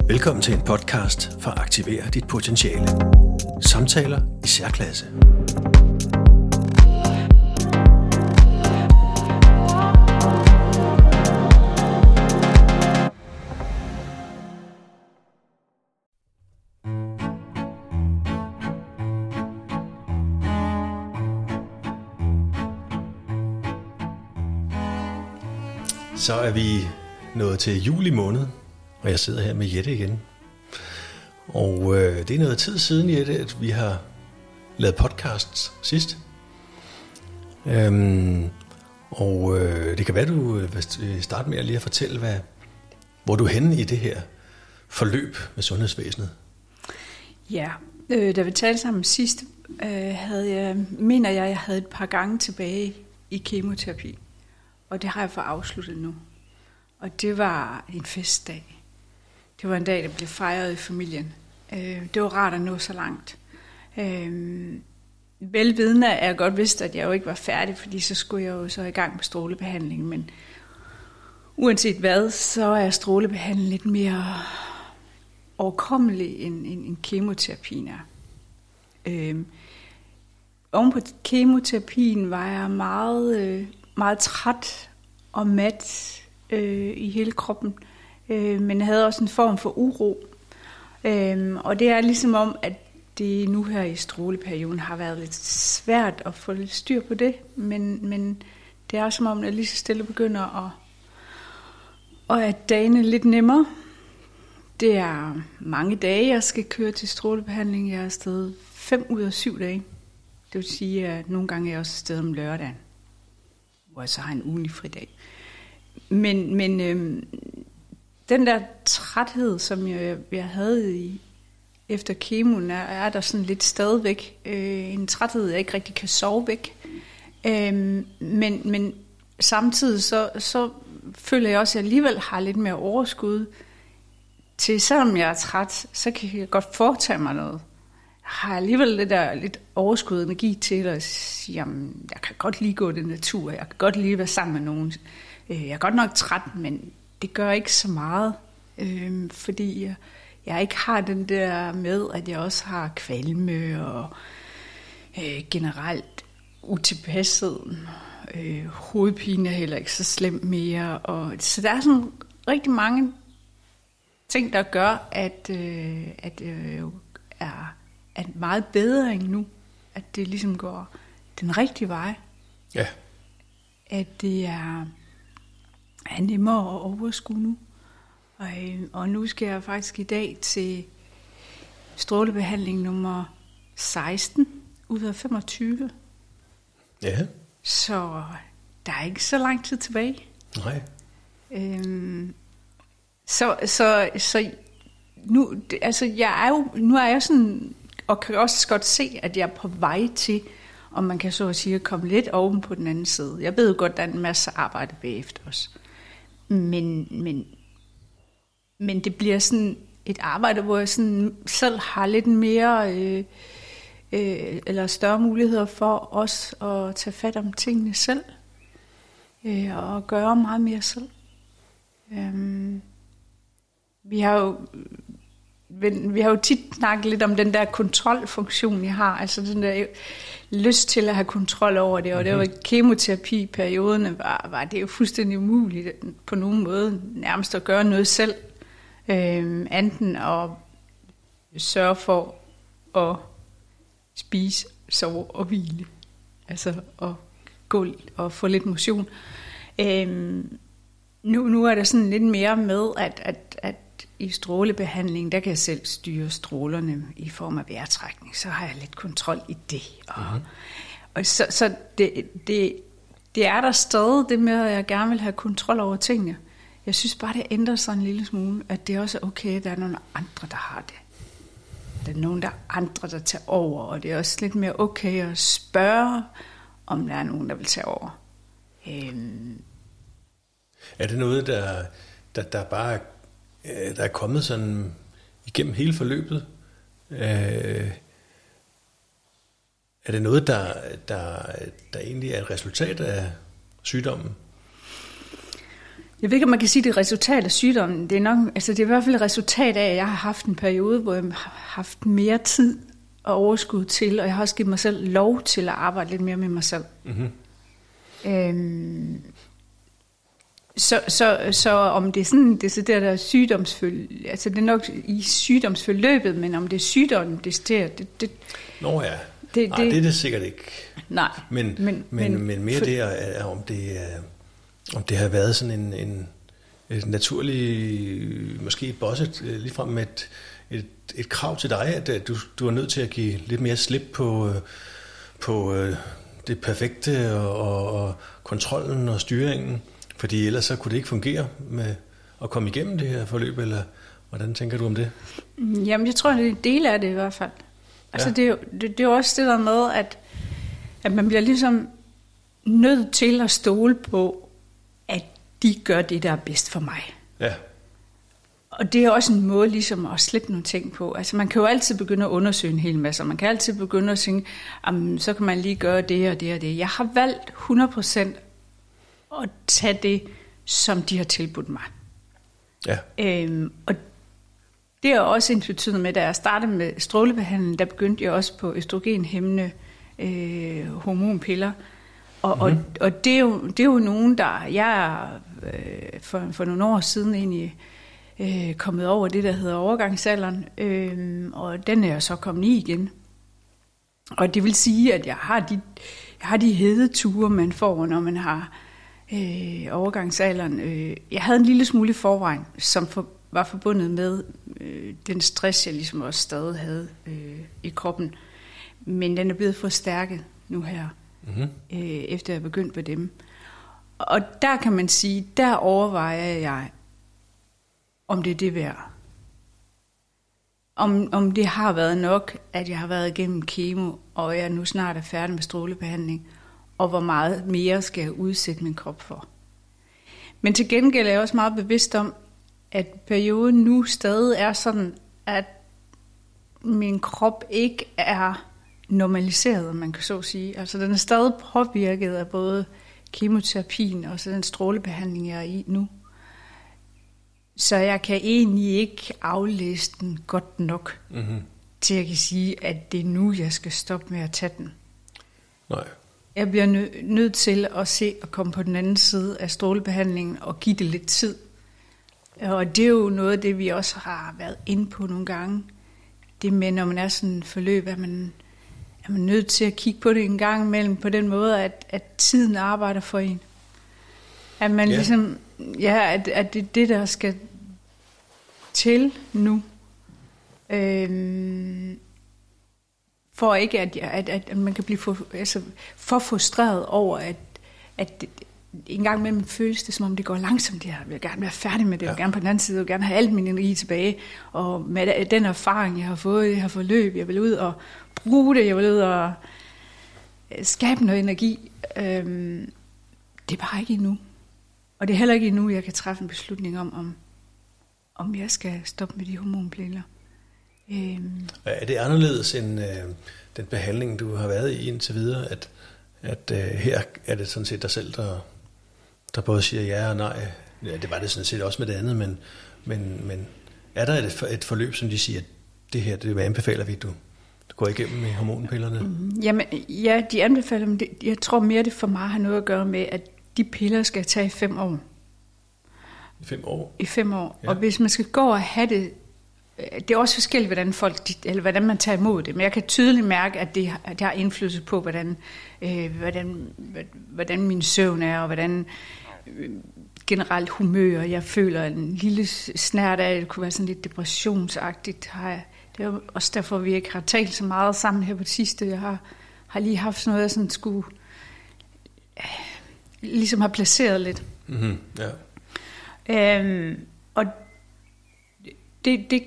Velkommen til en podcast for at aktivere dit potentiale. Samtaler i særklasse. Så er vi nået til juli måned, og jeg sidder her med Jette igen. Og det er noget tid siden, Jette, at vi har lavet podcasts sidst. Det kan være, du vil starte med at lige at fortælle, hvor du er henne i det her forløb med sundhedsvæsenet. Ja, da vi talte sammen sidst, mener jeg havde et par gange tilbage i kemoterapi. Og det har jeg fået afsluttet nu. Og det var en festdag. Det var en dag, der blev fejret i familien. Det var rart at nå så langt. Velvidende er jeg godt vidst, at jeg jo ikke var færdig, fordi så skulle jeg jo så i gang med strålebehandling. Men uanset hvad, så er strålebehandling lidt mere overkommelig end kemoterapien er. Oven på kemoterapien var jeg meget træt og mat i hele kroppen, men jeg havde også en form for uro. Og det er ligesom om, at det nu her i stråleperioden har været lidt svært at få lidt styr på det, men det er som om, at jeg lige så stille begynder at dagene lidt nemmere. Det er mange dage, jeg skal køre til strålebehandling. Jeg er afsted 5 ud af 7 dage. Det vil sige, at nogle gange er jeg også afsted om lørdagen, hvor jeg så har en ugenlig fridag. Men den der træthed, som jeg havde efter kemoen, er der sådan lidt stadigvæk. En træthed, jeg ikke rigtig kan sove væk. Men samtidig så føler jeg også, at jeg alligevel har lidt mere overskud til, selvom jeg er træt, så kan jeg godt foretage mig noget. Jeg har alligevel det der lidt overskud energi til at sige, jamen, jeg kan godt lige gå den natur, jeg kan godt lige være sammen med nogen. Jeg er godt nok træt, men det gør ikke så meget, fordi jeg ikke har den der med, at jeg også har kvalme og generelt utilpasset. Hovedpine er heller ikke så slemt mere. Så der er sådan rigtig mange ting, der gør, at er meget bedre end nu, at det ligesom går den rigtige vej. Ja. At det er nemmere at overskue nu. Og nu skal jeg faktisk i dag til strålebehandling nummer 16 ud af 25. Ja. Så der er ikke så lang tid tilbage. Nej. Så nu, altså nu er jeg sådan, og kan også godt se, at jeg er på vej til, om man kan så at sige, komme lidt oven på den anden side. Jeg ved godt, der er en masse arbejde bagefter os. Men det bliver sådan et arbejde, hvor jeg sådan selv har lidt mere eller større muligheder for os at tage fat om tingene selv og gøre meget mere selv. Vi har jo tit snakket lidt om den der kontrolfunktion, jeg har, altså den der lyst til at have kontrol over det, og det var i kemoterapi-perioderne, var det jo fuldstændig umuligt på nogen måde nærmest at gøre noget selv, enten at sørge for at spise, sove og hvile, altså at gå og få lidt motion. Nu er der sådan lidt mere med, at i strålebehandling, der kan jeg selv styre strålerne i form af vejrtrækning. Så har jeg lidt kontrol i det. Og så det er der stadig det med, at jeg gerne vil have kontrol over tingene. Jeg synes bare, det ændrer sig en lille smule, at det også er okay, at der er nogle andre, der har det. Der er nogle andre, der tager over, og det er også lidt mere okay at spørge, om der er nogen, der vil tage over. Er det noget, der bare der er kommet sådan igennem hele forløbet? Er det noget, der egentlig er et resultat af sygdommen? Jeg ved ikke, om man kan sige, det er resultat af sygdommen. Det er nok, altså det er i hvert fald et resultat af, at jeg har haft en periode, hvor jeg har haft mere tid og overskud til, og jeg har også givet mig selv lov til at arbejde lidt mere med mig selv. Mm-hmm. Så om det er sådan, det der sygdomsforløb, altså det er nok i sygdomsforløbet, men om det er sygdommen, det Nå ja, det er det sikkert ikke. Nej. Men mere det er, om det har været sådan en naturlig, måske også ligefrem med et krav til dig, at du er nødt til at give lidt mere slip på det perfekte og kontrollen og styringen, fordi ellers så kunne det ikke fungere med at komme igennem det her forløb, eller hvordan tænker du om det? Jamen, jeg tror, det er en del af det i hvert fald. Altså, ja. det er jo også det der med, at man bliver ligesom nødt til at stole på, at de gør det, der er bedst for mig. Ja. Og det er også en måde ligesom at slippe nogle ting på. Altså man kan jo altid begynde at undersøge en hel masse. Man kan altid begynde at sige, så kan man lige gøre det og det og det. Jeg har valgt 100% at tage det, som de har tilbudt mig. Ja. Og det er også en betydning med, da jeg startede med strålebehandling, der begyndte jeg også på østrogenhæmmende hormonpiller. Og det er jo nogen, der jeg for nogle år siden egentlig kommet over det, der hedder overgangsalderen, og den er jeg så kommet i igen. Og det vil sige, at jeg har de hedeture, man får, når man har overgangsalderen. Jeg havde en lille smule i forvejen, som var forbundet med den stress, jeg ligesom også stadig havde i kroppen. Men den er blevet forstærket nu her, efter jeg begyndte med dem. Og der kan man sige, der overvejer jeg, om det er det værd. Om det har været nok, at jeg har været igennem kemo, og jeg nu snart er færdig med strålebehandling, og hvor meget mere skal jeg udsætte min krop for. Men til gengæld er jeg også meget bevidst om, at perioden nu stadig er sådan, at min krop ikke er normaliseret, man kan så sige. Altså den er stadig påvirket af både kemoterapien og så den strålebehandling, jeg er i nu. Så jeg kan egentlig ikke aflæse den godt nok, til at jeg kan sige, at det er nu, jeg skal stoppe med at tage den. Nej. Jeg bliver nødt til at se og komme på den anden side af strålebehandlingen og give det lidt tid. Og det er jo noget af det, vi også har været inde på nogle gange. Det med, når man er sådan en forløb, er man nødt til at kigge på det en gang imellem på den måde, at tiden arbejder for en. At man ligesom, at det er det, der skal til nu. For ikke, at man kan blive for frustreret over, at en gang imellem føles det, som om det går langsomt. Jeg vil gerne være færdig med det, jeg vil gerne på den anden side, jeg vil gerne have al min energi tilbage. Og med den erfaring, jeg har fået i det her forløb, jeg vil ud og bruge det, jeg vil ud og skabe noget energi. Det er bare ikke endnu. Og det er heller ikke endnu, jeg kan træffe en beslutning om jeg skal stoppe med de hormonpiller. Er det anderledes end den behandling, du har været i indtil videre, at her er det sådan set dig selv, der både siger ja og nej? Ja, det var det sådan set også med det andet, men er der et forløb, som de siger, at det her, det anbefaler vi, du går igennem med hormonpillerne? Jamen, ja, de anbefaler, men jeg tror mere, det for mig har noget at gøre med, at de piller skal tage i 5 år. I 5 år? I 5 år. Ja. Og hvis man skal gå og have det, det er også forskelligt, hvordan man tager imod det. Men jeg kan tydeligt mærke, at det har indflydelse på, hvordan min søvn er, og hvordan generelt humør. Jeg føler en lille snært af, at det kunne være sådan lidt depressionsagtigt. Det er også derfor, vi ikke har talt så meget sammen her på det sidste. Jeg har lige haft sådan noget, jeg sådan skulle ligesom have placeret lidt. Mm-hmm, ja. Og det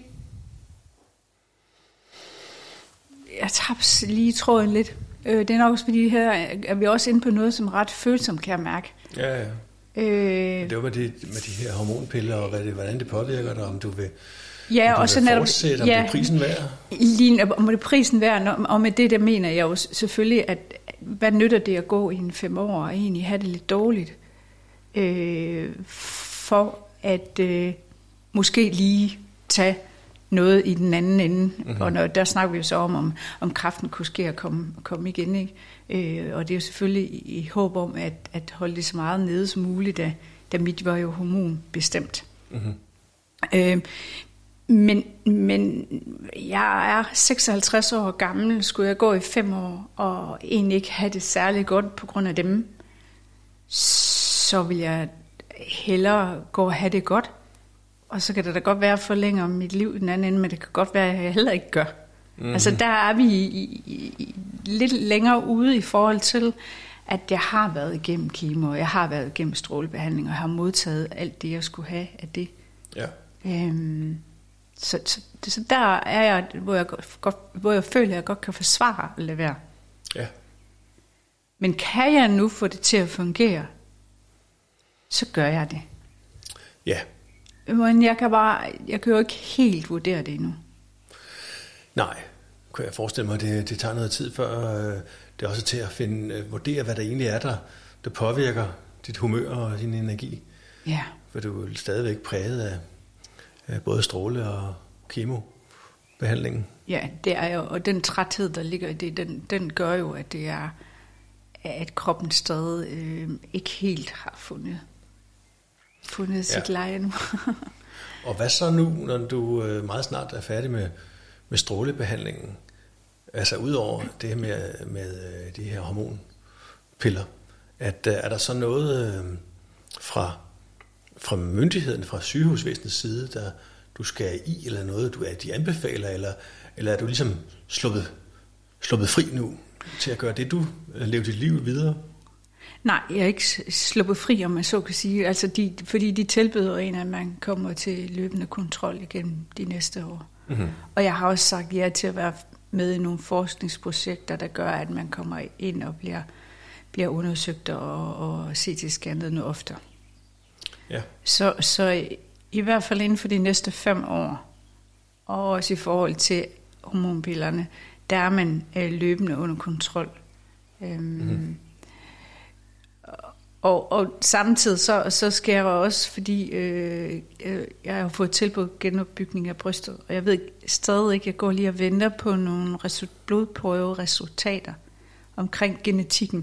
jeg tabte lige tråden lidt. Det er nok også fordi her er vi også inde på noget, som er ret følsomt, kan jeg mærke. Ja. Det var med de her hormonpiller, og hvordan det påvirker dig, om du vil, fortsætte, om det er prisen værd? Om det er prisen værd, og med det der mener jeg jo selvfølgelig, at hvad nytter det at gå i 5 år og egentlig have det lidt dårligt? for at måske lige tage noget i den anden ende. Mm-hmm. Og der snakker vi jo så om kræften kunne ske at komme igen. Ikke? Og det er jo selvfølgelig i håb om at holde det så meget nede som muligt, da mit var jo hormonbestemt. Mm-hmm. Men jeg er 56 år gammel, skulle jeg gå i 5 år, og egentlig ikke have det særligt godt på grund af dem, så vil jeg hellere gå og have det godt. Og så kan det da godt være, at jeg forlænger mit liv i den anden ende, men det kan godt være, at jeg heller ikke gør. Mm-hmm. Altså der er vi lidt længere ude i forhold til, at jeg har været igennem kemo, og jeg har været igennem strålebehandling, og jeg har modtaget alt det, jeg skulle have af det. Ja. Så der er jeg, hvor jeg føler, at jeg godt kan forsvare at lade være. Ja. Men kan jeg nu få det til at fungere, så gør jeg det. Ja. Men jeg kan jo ikke helt vurdere det endnu. Nej, kan jeg forestille mig, det tager noget tid, før det også er til at vurdere, hvad der egentlig er, der påvirker dit humør og din energi. Ja. For du er jo stadigvæk præget af både stråle og kemobehandlingen. Ja, det er jo, og den træthed, der ligger i det, den gør jo, at det er, at kroppen stadig ikke helt har fundet sit leje nu. Og hvad så nu, når du meget snart er færdig med strålebehandlingen? Altså udover det her med de her hormonpiller, er der så noget fra myndigheden, fra sygehusvæsenets side, der du skal i, eller noget, de anbefaler, eller er du ligesom sluppet fri nu til at gøre det, du lever dit liv videre? Nej, jeg er ikke sluppet fri, om man så kan sige. Altså fordi de tilbyder en, at man kommer til løbende kontrol igennem de næste år. Mm-hmm. Og jeg har også sagt ja til at være med i nogle forskningsprojekter, der gør, at man kommer ind og bliver undersøgt og CT-scannet noget oftere. Ja. Så i hvert fald inden for de næste 5 år, og også i forhold til hormonpillerne, der er man løbende under kontrol. Mm-hmm. Og samtidig så sker jeg også, fordi jeg har fået tilbudt genopbygning af brystet, og jeg ved stadig ikke, jeg går lige og venter på nogle blodprøveresultater omkring genetikken.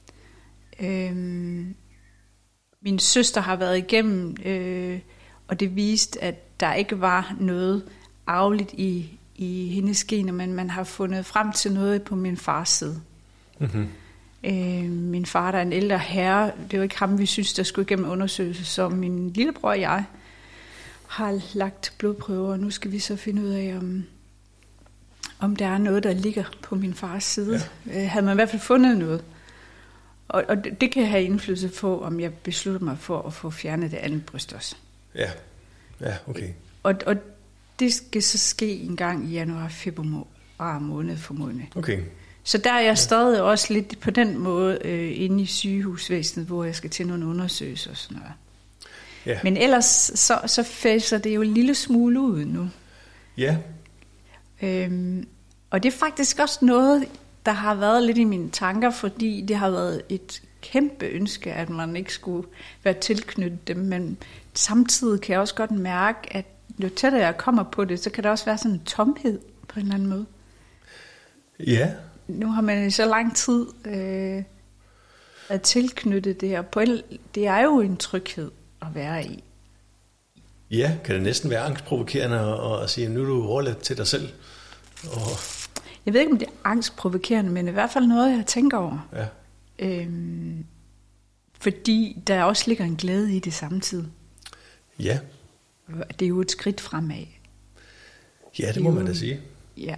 Min søster har været igennem, og det viste, at der ikke var noget arveligt i hendes gener, men man har fundet frem til noget på min fars side. Mm-hmm. Min far, der er en ældre herre, det var ikke ham, vi synes, der skulle igennem undersøgelse, så min lillebror og jeg har lagt blodprøver, og nu skal vi så finde ud af, om der er noget, der ligger på min fars side. Ja. Havde man i hvert fald fundet noget. Og det kan have indflydelse på, om jeg beslutter mig for at få fjernet det andet bryst også. Ja, okay. Og det skal så ske en gang i januar-februar måned formodentlig. Okay. Så der er jeg stadig også lidt på den måde inde i sygehusvæsenet, hvor jeg skal til nogle undersøgelser og sådan noget. Ja. Men ellers så fæser det jo en lille smule ud nu. Ja. Og det er faktisk også noget, der har været lidt i mine tanker, fordi det har været et kæmpe ønske, at man ikke skulle være tilknyttet dem. Men samtidig kan jeg også godt mærke, at jo tættere jeg kommer på det, så kan der også være sådan en tomhed på en eller anden måde. Ja. Nu har man i så lang tid at tilknytte det her. Det er jo en tryghed at være i. Ja, kan det næsten være angstprovokerende at sige, at nu er du overladt til dig selv? Jeg ved ikke, om det er angstprovokerende, men i hvert fald noget, jeg tænker over. Ja. Fordi der også ligger en glæde i det samtidig. Ja. Det er jo et skridt fremad. Ja, det må man da sige. Ja.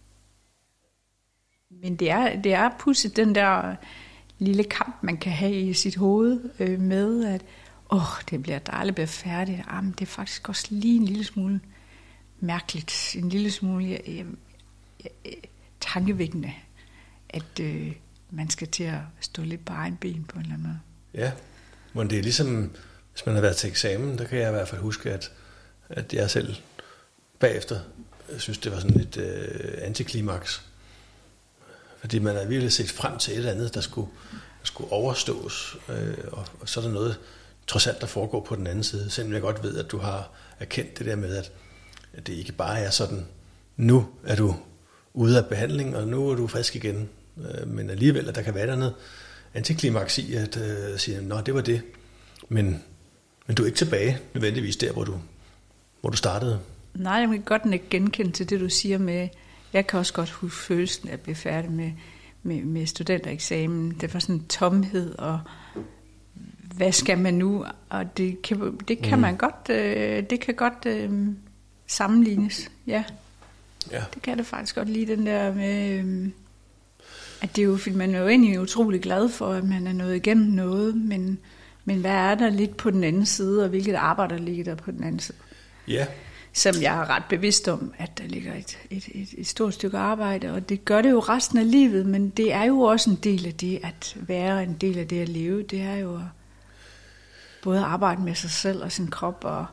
Men det er pudsigt, den der lille kamp, man kan have i sit hoved med, at det bliver dejligt at blive færdigt. Men det er faktisk også lige en lille smule mærkeligt, en lille smule tankevækkende, at man skal til at stå lidt på egen ben på en eller anden måde. Ja, men det er ligesom, hvis man har været til eksamen, der kan jeg i hvert fald huske, at jeg selv bagefter synes, det var sådan et antiklimaks. Fordi man har virkelig set frem til et eller andet, der skulle overstås, og så er der noget, trods alt, der foregår på den anden side. Selvom jeg godt ved, at du har erkendt det der med, at det ikke bare er sådan, nu er du ude af behandling, og nu er du frisk igen. Men alligevel, at der kan være noget antiklimaks i, at sige, nå, det var det. Men du er ikke tilbage nødvendigvis der, hvor du startede. Nej, jeg vil godt ikke genkende til det, du siger med, jeg kan også godt huske følelsen af at blive færdig med studentereksamen. Det var sådan en tomhed, og hvad skal man nu? Og det kan man godt, det kan godt sammenlignes, ja. Det kan det faktisk godt lide, den der med, at det er jo, fordi man er jo egentlig utrolig glad for, at man er nået igennem noget, men hvad er der lidt på den anden side, og hvilket arbejde ligger der på den anden side? Ja. Som jeg er ret bevidst om, at der ligger et stort stykke arbejde, og det gør det jo resten af livet, men det er jo også en del af det, at være en del af det at leve. Det er jo både at arbejde med sig selv og sin krop. Og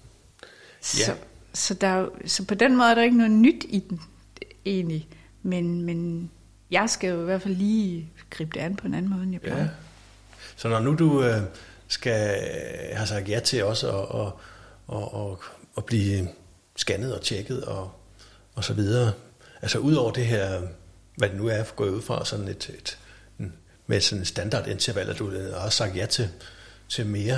så på den måde er der ikke noget nyt i den, egentlig. Men jeg skal jo i hvert fald lige gribe det an på en anden måde, end jeg plejer. Ja. Så når nu du skal have sagt ja til også at blive scannet og tjekket og så videre, altså ud over det her, hvad det nu er gået ud fra, sådan med sådan et standardinterval, at du har sagt ja til mere.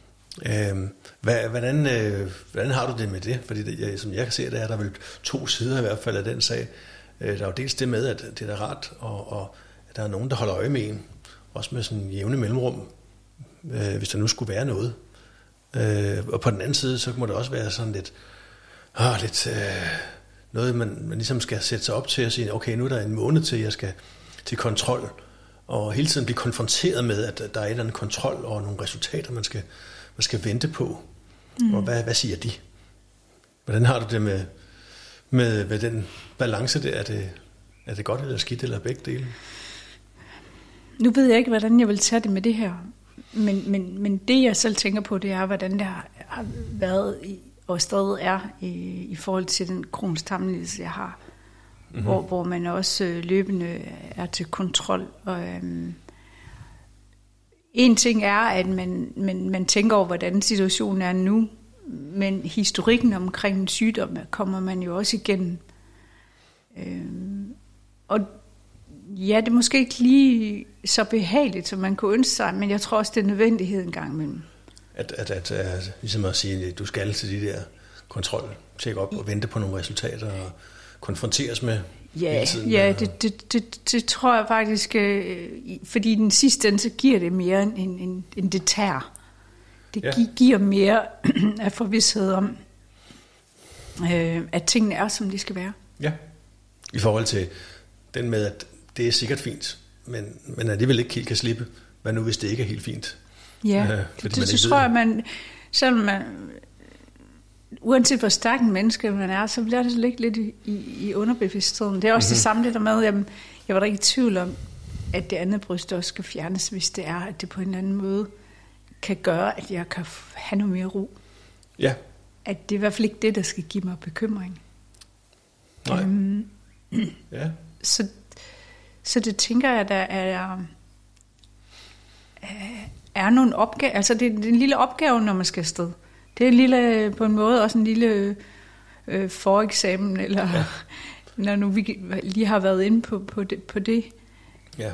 Hvordan har du det med det? Fordi som jeg kan se, der er der vel 2 sider i hvert fald af den sag. Der er jo dels det med, at det er da rart, og at der er nogen, der holder øje med en, også med sådan jævne mellemrum, hvis der nu skulle være noget. Og på den anden side, så må det også være sådan lidt noget, man ligesom skal sætte sig op til og sige, okay, nu er der en måned til, jeg skal til kontrol, og hele tiden blive konfronteret med, at der er et eller andet kontrol og nogle resultater, man skal vente på. Og hvad siger de? Hvordan har du det med den balance der? Er det godt eller skidt, eller begge dele? Nu ved jeg ikke, hvordan jeg vil tage det med det her. Men det, jeg selv tænker på, det er, hvordan det har været og stadig er i forhold til den kronisk tarmlidelse, jeg har. Mm-hmm. Hvor man også løbende er til kontrol. Og en ting er, at man tænker over, hvordan situationen er nu, men historikken omkring en sygdom kommer man jo også igennem. Og ja, det er måske ikke lige så behageligt, som man kunne ønske sig, men jeg tror også, det er nødvendighed en gang imellem. At ligesom at sige, at du skal til de der kontrol, tjekke op og vente på nogle resultater og konfronteres med hele tiden. Ja, det tror jeg faktisk, fordi i den sidste ende, så giver det mere end det tager. Det giver mere af forvished om, at tingene er, som de skal være. Ja, i forhold til den med, at det er sikkert fint, men alligevel ikke helt kan slippe. Hvad nu, hvis det ikke er helt fint? Ja, det tror jeg, selvom man, uanset hvor stærk en menneske man er, så bliver det ligge lidt i underbevidstheden. Det er også det samme det der med, jeg var da ikke i tvivl om, at det andet bryst også skal fjernes, hvis det er, at det på en eller anden måde kan gøre, at jeg kan have noget mere ro. Ja. At det er i hvert fald ikke det, der skal give mig bekymring. Nej. Ja. Så det tænker jeg, der er nogle opgaver. Altså det er en lille opgave, når man skal afsted. Det er en lille, på en måde også en lille foreksamen, eller når nu vi lige har været inde på det. Ja.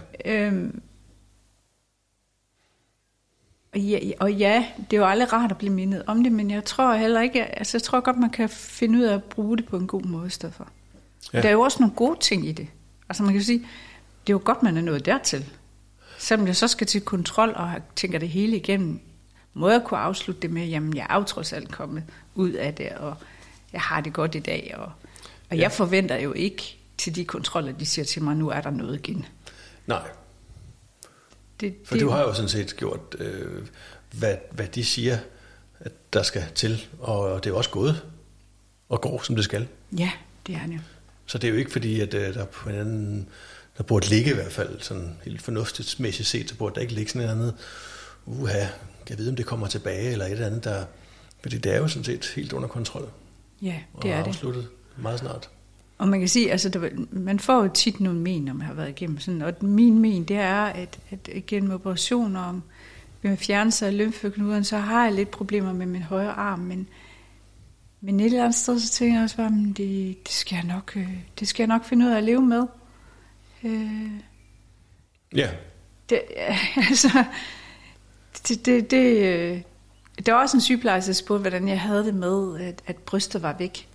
Og ja, det er jo aldrig rart at blive mindet om det, men jeg tror heller ikke, altså jeg tror godt, man kan finde ud af at bruge det på en god måde i stedet for. Ja. Der er jo også nogle gode ting i det. Altså man kan sige, det er jo godt, man er nået dertil. Selvom jeg så skal til kontrol og tænker det hele igennem, må jeg kunne afslutte det med, jamen jeg er jo trods alt kommet ud af det, og jeg har det godt i dag, og jeg forventer jo ikke til de kontroller, de siger til mig, nu er der noget igen. Nej. For du har jo sådan set gjort, hvad de siger, at der skal til, og det er jo også gået og går, som det skal. Ja, det er det. Så det er jo ikke fordi, at der på en anden, der burde ligge i hvert fald, sådan helt fornuftigt set, så burde der ikke ligge sådan et andet, kan jeg vide, om det kommer tilbage, eller et eller andet, der, fordi det er jo sådan set helt under kontrol. Ja, det er det. Og afsluttet meget snart. Og man kan sige, altså man får jo tit nogle men, når man har været igennem sådan, og min men, det er, at gennem operationer, med fjernelse af lymfeknuderne, så har jeg lidt problemer med min højre arm, men et eller andet sted, så tænker jeg også bare, det skal jeg nok finde ud af at leve med. Ja. Der var også en sygeplejerske, der spurgte, hvordan jeg havde det med, at brystet var væk.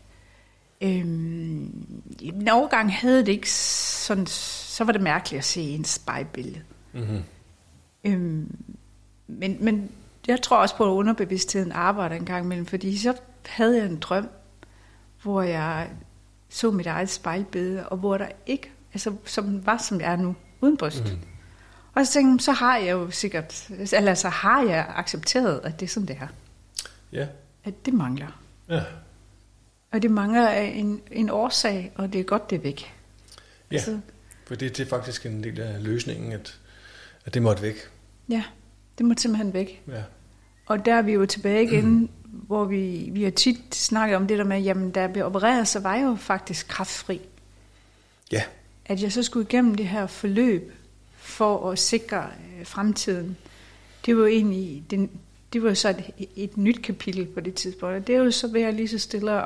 I en overgang havde det ikke sådan, så var det mærkeligt at se en spejlbillede. Mm-hmm. Men jeg tror også på, at underbevidstheden arbejder en gang imellem, fordi så havde jeg en drøm, hvor jeg så mit eget spejlbillede, og hvor der ikke, altså som jeg er nu, uden bryst. Mm-hmm. Og så tænkte jeg, så har jeg jo sikkert, eller så har jeg accepteret, at det er sådan, det er. Ja. At det mangler. Ja. Og det mangler en årsag, og det er godt, det er væk. Ja, altså, for det er faktisk en del af løsningen, at det måtte væk. Ja, det måtte simpelthen væk. Ja. Og der er vi jo tilbage igen, hvor vi har tit snakket om det der med, jamen da jeg blev opereret, så var jeg jo faktisk kræftfri. Ja. At jeg så skulle igennem det her forløb for at sikre fremtiden, det var jo egentlig, det var jo så et nyt kapitel på det tidspunkt. Og det er jo så ved at lige så stille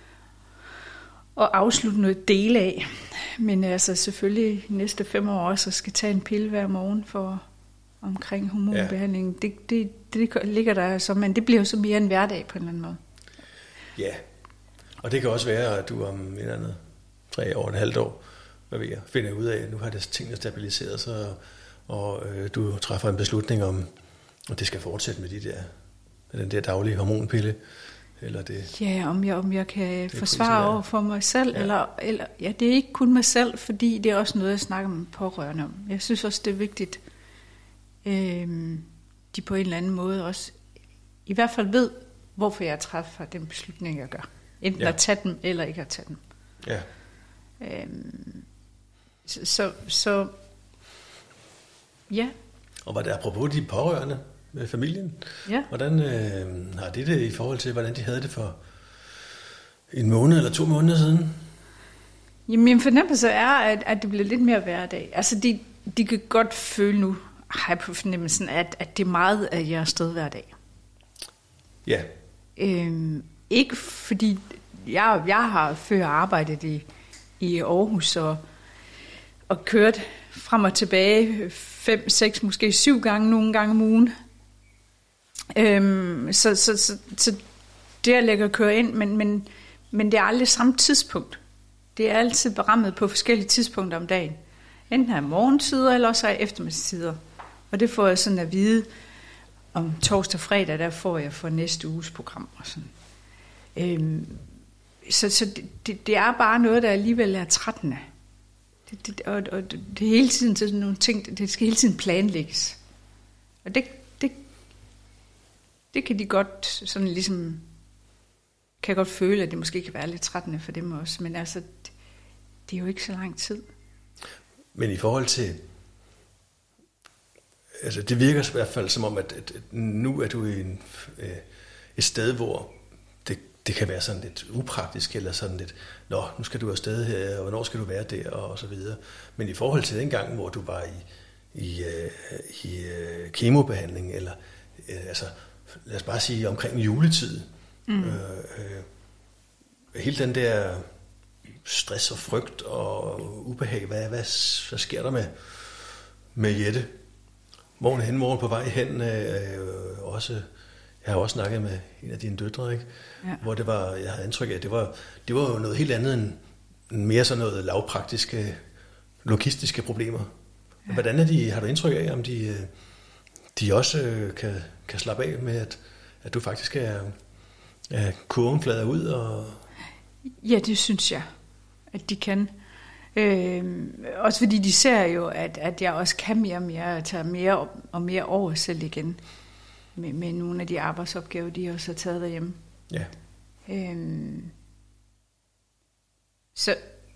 og afslutte noget del af. Men altså selvfølgelig næste 5 år så skal tage en pille hver morgen for omkring hormonbehandling. Ja. Det ligger der så, men det bliver jo så mere en hverdag på en eller anden måde. Ja, og det kan også være, at du om et andet 3 år, et halvt år, finder ud af, at nu har det tingene stabiliseret sig, og du træffer en beslutning om, at det skal fortsætte med den der daglige hormonpille. Eller det, ja, om jeg kan forsvare over for mig selv, ja. eller det er ikke kun mig selv, fordi det er også noget, jeg snakker med pårørende om. Jeg synes også, det er vigtigt, de på en eller anden måde også, i hvert fald ved, hvorfor jeg træffer den beslutning, jeg gør. Enten at tage dem, eller ikke at tage dem. Ja. Så ja. Og hvad der apropos de pårørende med familien, hvordan har det i forhold til, hvordan de havde det for 1 måned eller 2 måneder siden? Jamen, min fornemmelse er, at det bliver lidt mere hverdag. Altså, de kan godt føle nu, har jeg på fornemmelsen, at det er meget af jeres sted hver dag. Ja. Ikke fordi, jeg har før arbejdet i Aarhus og kørt frem og tilbage 5, 6, måske 7 gange, nogle gange om ugen. Så det jeg lægger køre ind, men det er aldrig samme tidspunkt. Det er altid berammet på forskellige tidspunkter om dagen. Enten er morgentider, eller også er eftermiddagstider. Og det får jeg sådan at vide om torsdag og fredag, der får jeg for næste uges program. Og sådan. Så det er bare noget, der alligevel er trættende. Og det hele tiden til nogle ting, det skal hele tiden planlægges. Og det kan de godt sådan ligesom, kan godt føle, at det måske kan være lidt trættende for dem også. Men altså, det er jo ikke så lang tid. Men i forhold til, altså det virker i hvert fald som om, at nu er du i et sted, hvor det kan være sådan lidt upraktisk, eller sådan lidt, nu skal du afsted her, og hvornår skal du være der, og så videre. Men i forhold til den gang, hvor du var i kemobehandling, eller altså, lad os bare sige omkring juletid, hele den der stress og frygt og ubehag, hvad sker der med Jette? Morgen på vej hen, også. Jeg har også snakket med en af dine døtre, ikke? Ja. Hvor det var, jeg havde indtryk af, at det var jo noget helt andet end mere sådan noget lavpraktiske, logistiske problemer. Ja. Hvordan er de, har du indtryk af, om de også kan slappe af med, at du faktisk er kurven flader ud? Og ja, det synes jeg, at de kan. Også fordi de ser jo, at jeg også kan mere og mere, tage mere og mere over selv igen. Med nogle af de arbejdsopgaver, de også har taget derhjemme. Ja. Så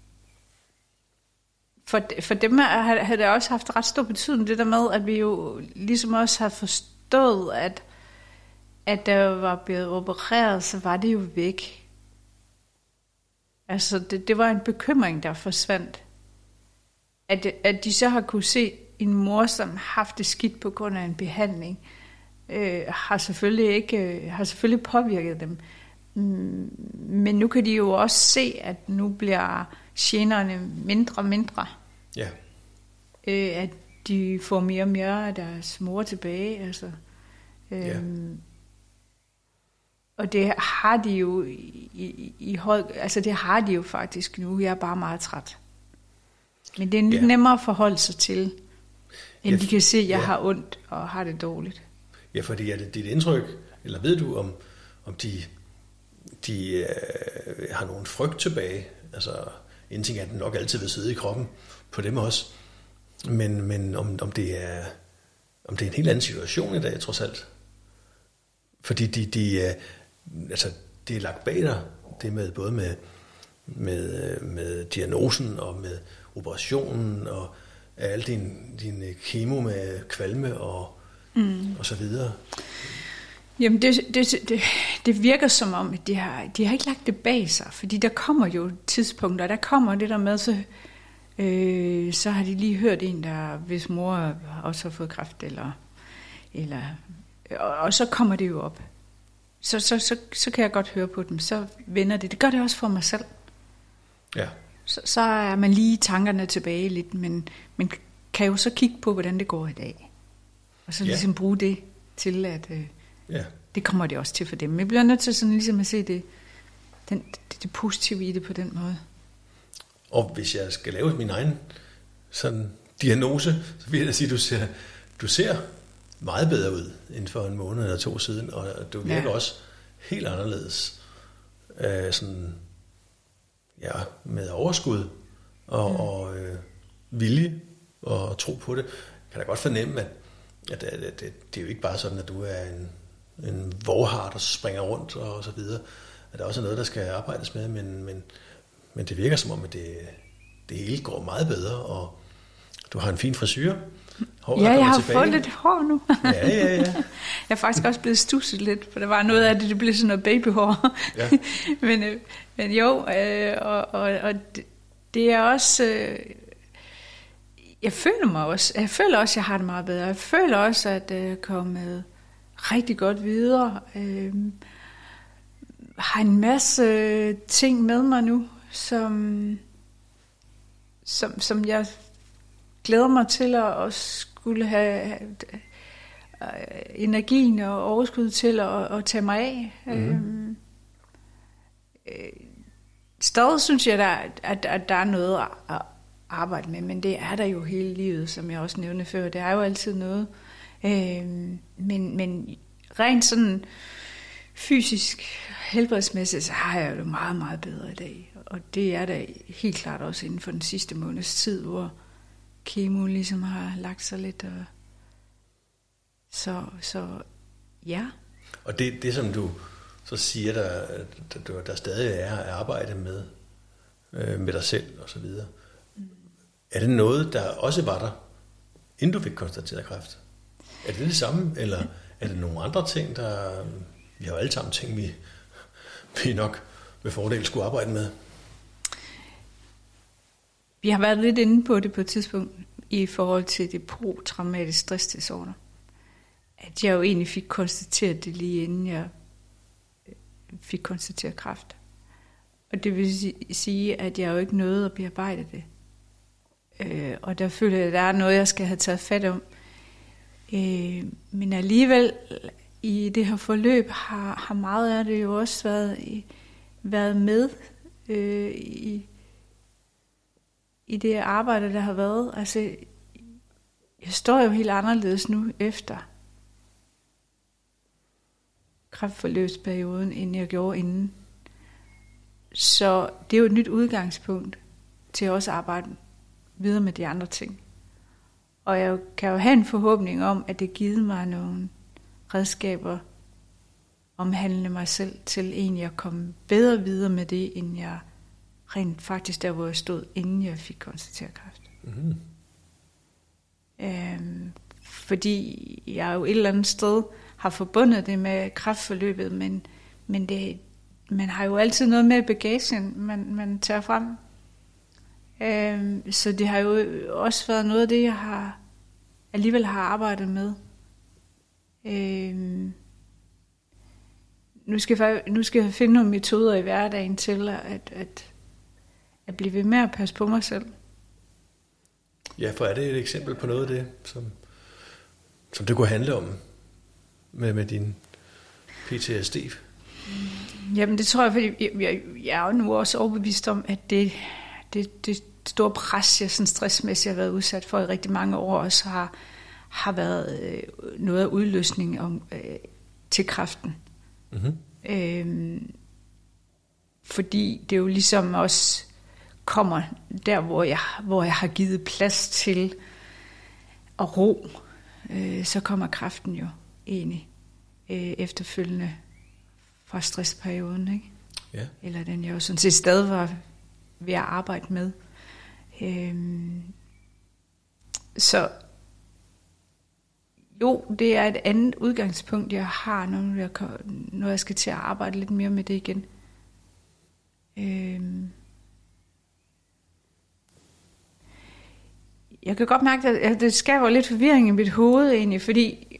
for dem har det også haft ret stor betydning, det der med, at vi jo ligesom også har forstået, at der var blevet opereret, så var det jo væk. Altså, det var en bekymring, der forsvandt. At de så har kunne se en mor, som har haft det skidt på grund af en behandling, har selvfølgelig påvirket dem. Men nu kan de jo også se, at nu bliver generne mindre og mindre. Ja. At de får mere og mere af deres mor tilbage. Altså. Og det har de jo i høj... Altså det har de jo faktisk nu. Jeg er bare meget træt. Men det er lidt nemmere at forholde sig til, end de kan se, at jeg har ondt og har det dårligt. Ja, fordi er det dit indtryk, eller ved du, om de har nogen frygt tilbage? Altså, en ting er, at den nok altid vil sidde i kroppen på dem også. Men om det er en helt anden situation i dag, trods alt. Fordi det er lagt bag dig, det med både med diagnosen og med operationen og al din kemo med kvalme og så videre. Jamen det virker som om, at de har ikke lagt det bag sig, fordi der kommer jo tidspunkter, der kommer det der med, så har de lige hørt en, hvis mor også har fået kræft, og så kommer det jo op. Så kan jeg godt høre på dem, så vender det. Det gør det også for mig selv. Ja. Så er man lige tankerne tilbage lidt, men man kan jo så kigge på, hvordan det går i dag. Og så ligesom bruge det til, at det kommer det også til for dem. Vi bliver nødt til sådan ligesom at se det positive i det på den måde. Og hvis jeg skal lave min egen sådan diagnose, så vil jeg da sige, at du ser meget bedre ud end for en måned eller 2 siden, og du virker også helt anderledes. Med overskud og vilje og tro på det. Jeg kan da godt fornemme, at det er jo ikke bare sådan, at du er en vorhar, der springer rundt og så videre. At der også er noget, der skal arbejdes med, men det virker som om, at det hele går meget bedre, og du har en fin frisyr. Jeg har fået lidt hår nu. Ja. Jeg er faktisk også blevet stusset lidt, for der var noget af det blev sådan noget babyhår. Ja. men jo, og det er også... Jeg føler også, at jeg har det meget bedre. Jeg føler også, at jeg er kommet rigtig godt videre. Har en masse ting med mig nu, som jeg glæder mig til at skulle have energien og overskud til at tage mig af. Stadig synes jeg, at der er noget at arbejde med, men det er der jo hele livet, som jeg også nævnte før. Det er jo altid noget. Men rent sådan fysisk, helbredsmæssigt, så har jeg det meget, meget bedre i dag. Og det er da helt klart også inden for den sidste måneds tid, hvor kemo ligesom har lagt sig lidt. Og så ja. Og det som du så siger, der stadig er at arbejde med dig selv og så videre. Er det noget, der også var der, inden du fik konstateret kræft? Er det samme, eller er det nogle andre ting, der... Vi har jo alle sammen ting, vi nok med fordel skulle arbejde med. Vi har været lidt inde på det på et tidspunkt, i forhold til det posttraumatisk stressdisorder. At jeg jo egentlig fik konstateret det lige inden jeg fik konstateret kræft. Og det vil sige, at jeg jo ikke nåede at bearbejde det. Og der føler jeg, at der er noget, jeg skal have taget fat om. Men alligevel i det her forløb har meget af det jo også været med i det arbejde, der har været. Altså, jeg står jo helt anderledes nu efter kræftforløbsperioden, end jeg gjorde inden. Så det er jo et nyt udgangspunkt til også at arbejde videre med de andre ting. Og jeg kan jo have en forhåbning om, at det giver mig nogle redskaber omhandlende mig selv til egentlig at komme bedre videre med det, end jeg rent faktisk der, hvor jeg stod, inden jeg fik konstateret kræft. Mm-hmm. Fordi jeg jo et eller andet sted har forbundet det med kræftforløbet, men man har jo altid noget med bagagen, man tager frem. Så det har jo også været noget af det, jeg alligevel har arbejdet med. Nu skal jeg finde nogle metoder i hverdagen til at blive ved med at passe på mig selv. Ja, for er det et eksempel på noget af det, som det kunne handle om med din PTSD? Jamen det tror jeg, fordi jeg er jo nu også overbevist om, at det store pres, jeg sådan stressmæssigt har været udsat for i rigtig mange år, også har været noget af udløsning til kræften. Mm-hmm. Fordi det jo ligesom også kommer der, hvor jeg har givet plads til at ro, så kommer kræften jo egentlig efterfølgende fra stressperioden, ikke? Ja. Eller den jeg jo sådan set stadig var ved at arbejde med. Så jo, det er et andet udgangspunkt, jeg har, når jeg skal til at arbejde lidt mere med det igen. Jeg kan godt mærke, at det skaber lidt forvirring i mit hoved egentlig, fordi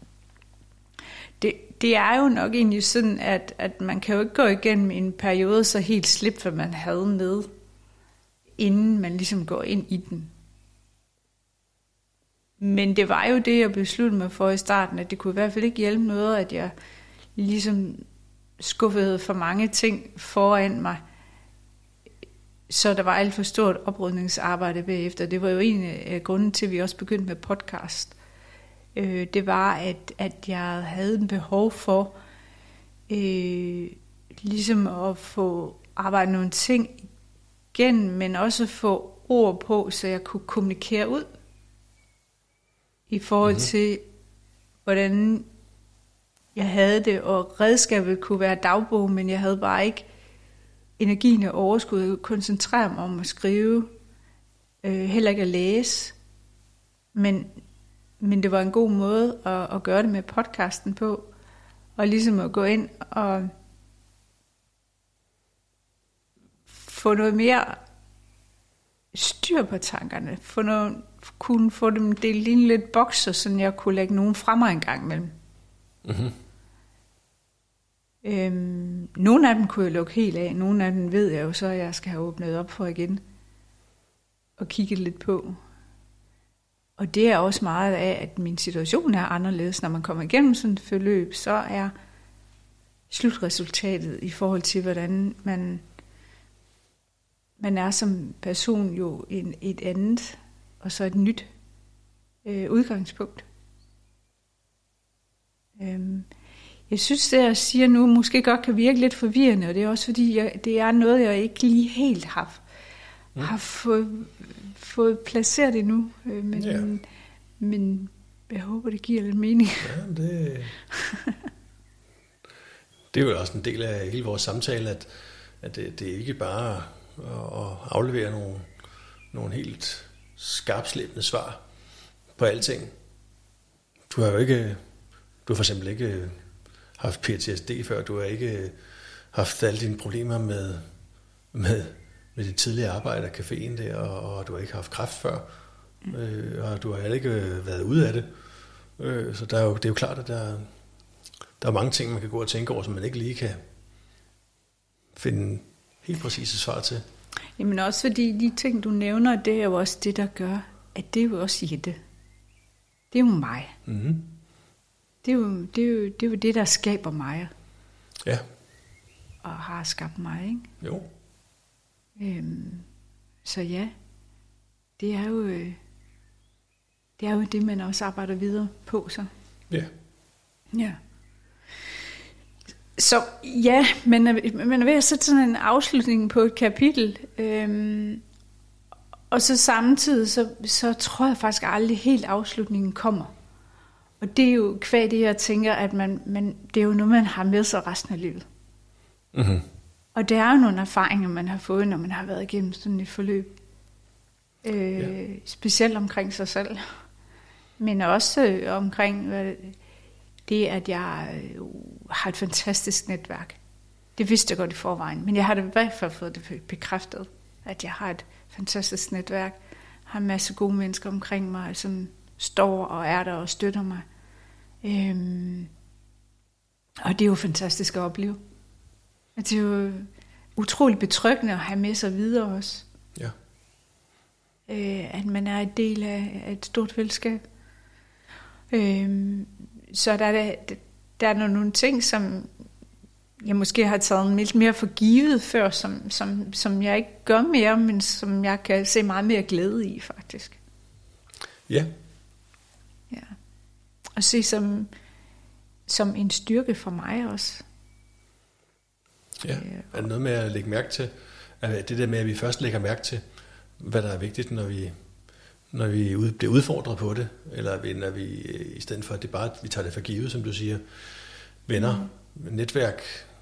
det er jo nok egentlig sådan, at man kan jo ikke gå igennem en periode så helt slip, hvad man havde med, inden man ligesom går ind i den. Men det var jo det, jeg besluttede mig for i starten, at det kunne i hvert fald ikke hjælpe noget, at jeg ligesom skuffede for mange ting foran mig, så der var alt for stort oprydningsarbejde bagefter. Det var jo en af grunden til, at vi også begyndte med podcast. Det var, at jeg havde en behov for ligesom at få arbejdet nogle ting igen, men også få ord på, så jeg kunne kommunikere ud i forhold til, hvordan jeg havde det, og redskabet kunne være dagbog, men jeg havde bare ikke energien og overskud. Jeg kunne koncentrere mig om at skrive, heller ikke at læse, men det var en god måde at gøre det med podcasten på, og ligesom at gå ind og få noget mere styr på tankerne, kunne få dem delt ind i lidt bokser, så jeg kunne lægge nogen fra mig en gang imellem. Mm-hmm. Nogle af dem kunne jeg lukke helt af, nogle af dem ved jeg jo så, at jeg skal have åbnet op for igen, og kigget lidt på. Og det er også meget af, at min situation er anderledes. Når man kommer igennem sådan et forløb, så er slutresultatet i forhold til, hvordan man er som person jo et andet, og så et nyt udgangspunkt. Jeg synes, det jeg siger nu, måske godt kan virke lidt forvirrende, og det er også fordi, det er noget, jeg ikke lige helt har fået placeret endnu, men jeg håber, det giver lidt mening. Ja, det er jo også en del af hele vores samtale, at det er ikke bare at aflevere nogle helt skarpslæbende svar på alting. Du har for eksempel ikke haft PTSD før, du har ikke haft alle dine problemer med dit tidligere arbejde af caféen der, og du har ikke haft kræft før, og du har heller ikke været ude af det. Så det er jo klart, at der er mange ting, man kan gå og tænke over, som man ikke lige kan finde helt præcise svar til. Jamen også fordi de ting, du nævner, det er jo også det, der gør, at det er jo også Jette. Det er jo mig. Mm-hmm. Det er jo det, der skaber mig. Ja. Og har skabt mig, ikke? Jo. Så ja, det er jo det, man også arbejder videre på, så. Ja. Ja. Så ja, men er ved at sætte sådan en afslutning på et kapitel, og så samtidig, så tror jeg faktisk aldrig helt afslutningen kommer. Og det er jo kvad det, jeg tænker, at det er jo noget, man har med sig resten af livet. Mm-hmm. Og det er jo nogle erfaringer, man har fået, når man har været igennem sådan et forløb. Specielt omkring sig selv. Men også omkring det, at jeg har et fantastisk netværk. Det vidste jeg godt i forvejen. Men jeg har det i hvert fald fået det bekræftet, at jeg har et fantastisk netværk. Har en masse gode mennesker omkring mig, som står og er der og støtter mig. Og det er jo fantastisk at opleve. Det er jo utroligt betryggende at have med sig videre også. Ja. At man er en del af et stort fællesskab. Så der er nogle ting, som jeg måske har taget lidt mere for givet før, som jeg ikke gør mere, men som jeg kan se meget mere glæde i, faktisk. Ja. Ja. Og se som en styrke for mig også. Ja. Er det noget med at lægge mærke til, det der med, at vi først lægger mærke til, hvad der er vigtigt, når vi bliver udfordret på det, eller når vi, i stedet for at det bare, vi tager det for givet, som du siger, venner, netværk,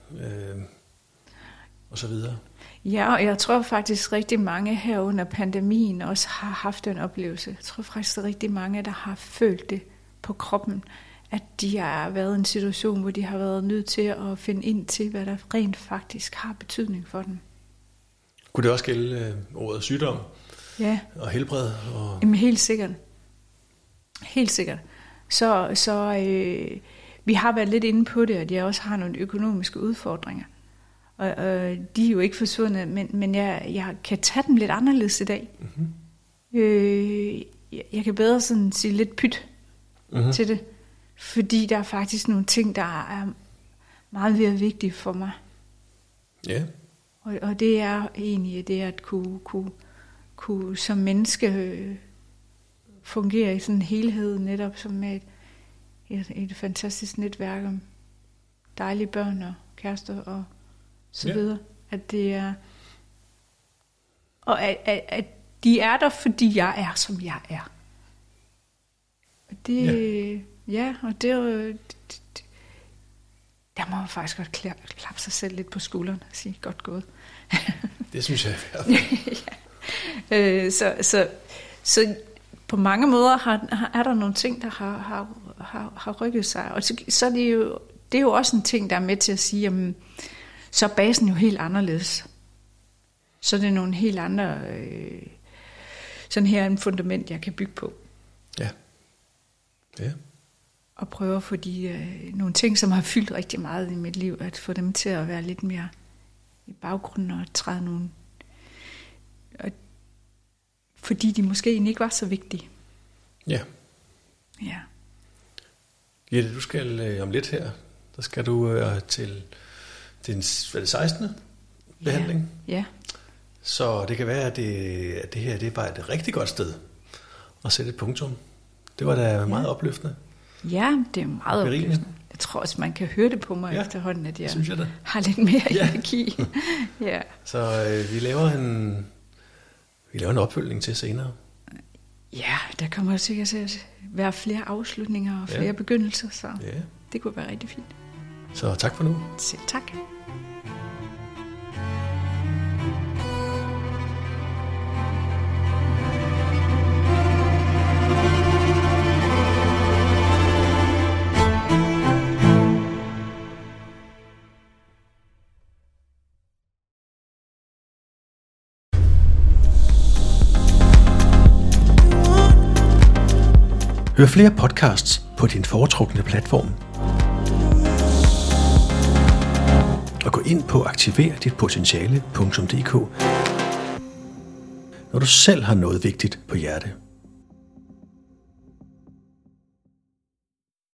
og så videre. Ja, og jeg tror faktisk rigtig mange her under pandemien også har haft en oplevelse. Jeg tror faktisk rigtig mange, der har følt det på kroppen, at de har været i en situation, hvor de har været nødt til at finde ind til, hvad der rent faktisk har betydning for dem. Kunne det også gælde ordet sygdom? Ja. Og helbred? Jamen helt sikkert. Helt sikkert. Så vi har været lidt inde på det, at jeg også har nogle økonomiske udfordringer. Og de er jo ikke forsvundet, men jeg kan tage dem lidt anderledes i dag. Mm-hmm. Jeg kan bedre sådan sige lidt pyt til det. Fordi der er faktisk nogle ting, der er meget mere vigtige for mig. Ja. Og det er egentlig det at kunne som menneske fungere i sådan en helhed, netop som med et fantastisk netværk om dejlige børn og kærester og så videre. At det er, og at de er der, fordi jeg er, som jeg er. Og det, og det er jo, der må man faktisk godt klappe sig selv lidt på skulderen og sige, godt gået. Det synes jeg er værd. Så på mange måder er der nogle ting, der har rykket sig. Og så det er jo også en ting, der er med til at sige, jamen, så er basen jo helt anderledes. Så er det nogle helt andre, sådan her en fundament, jeg kan bygge på. Ja. Ja. Og prøve at få nogle ting, som har fyldt rigtig meget i mit liv, at få dem til at være lidt mere i baggrunden og træde nogle, fordi de måske egentlig ikke var så vigtige. Ja. Ja. Jette, du skal om lidt her, der skal du til den 16. behandling. Ja. Så det kan være, at det her det er bare et rigtig godt sted at sætte et punktum. Det var da meget opløftende. Ja, det er meget opløftende. Jeg tror også, man kan høre det på mig efterhånden, at jeg har lidt mere energi. Ja. Så vi laver en opfølgning til senere. Ja, der kommer sikkert til at være flere afslutninger og flere begyndelser, så det kunne være rigtig fint. Så tak for nu. Selv tak. Hør flere podcasts på din foretrukne platform. Og gå ind på aktiverditpotentiale.dk, når du selv har noget vigtigt på hjerte.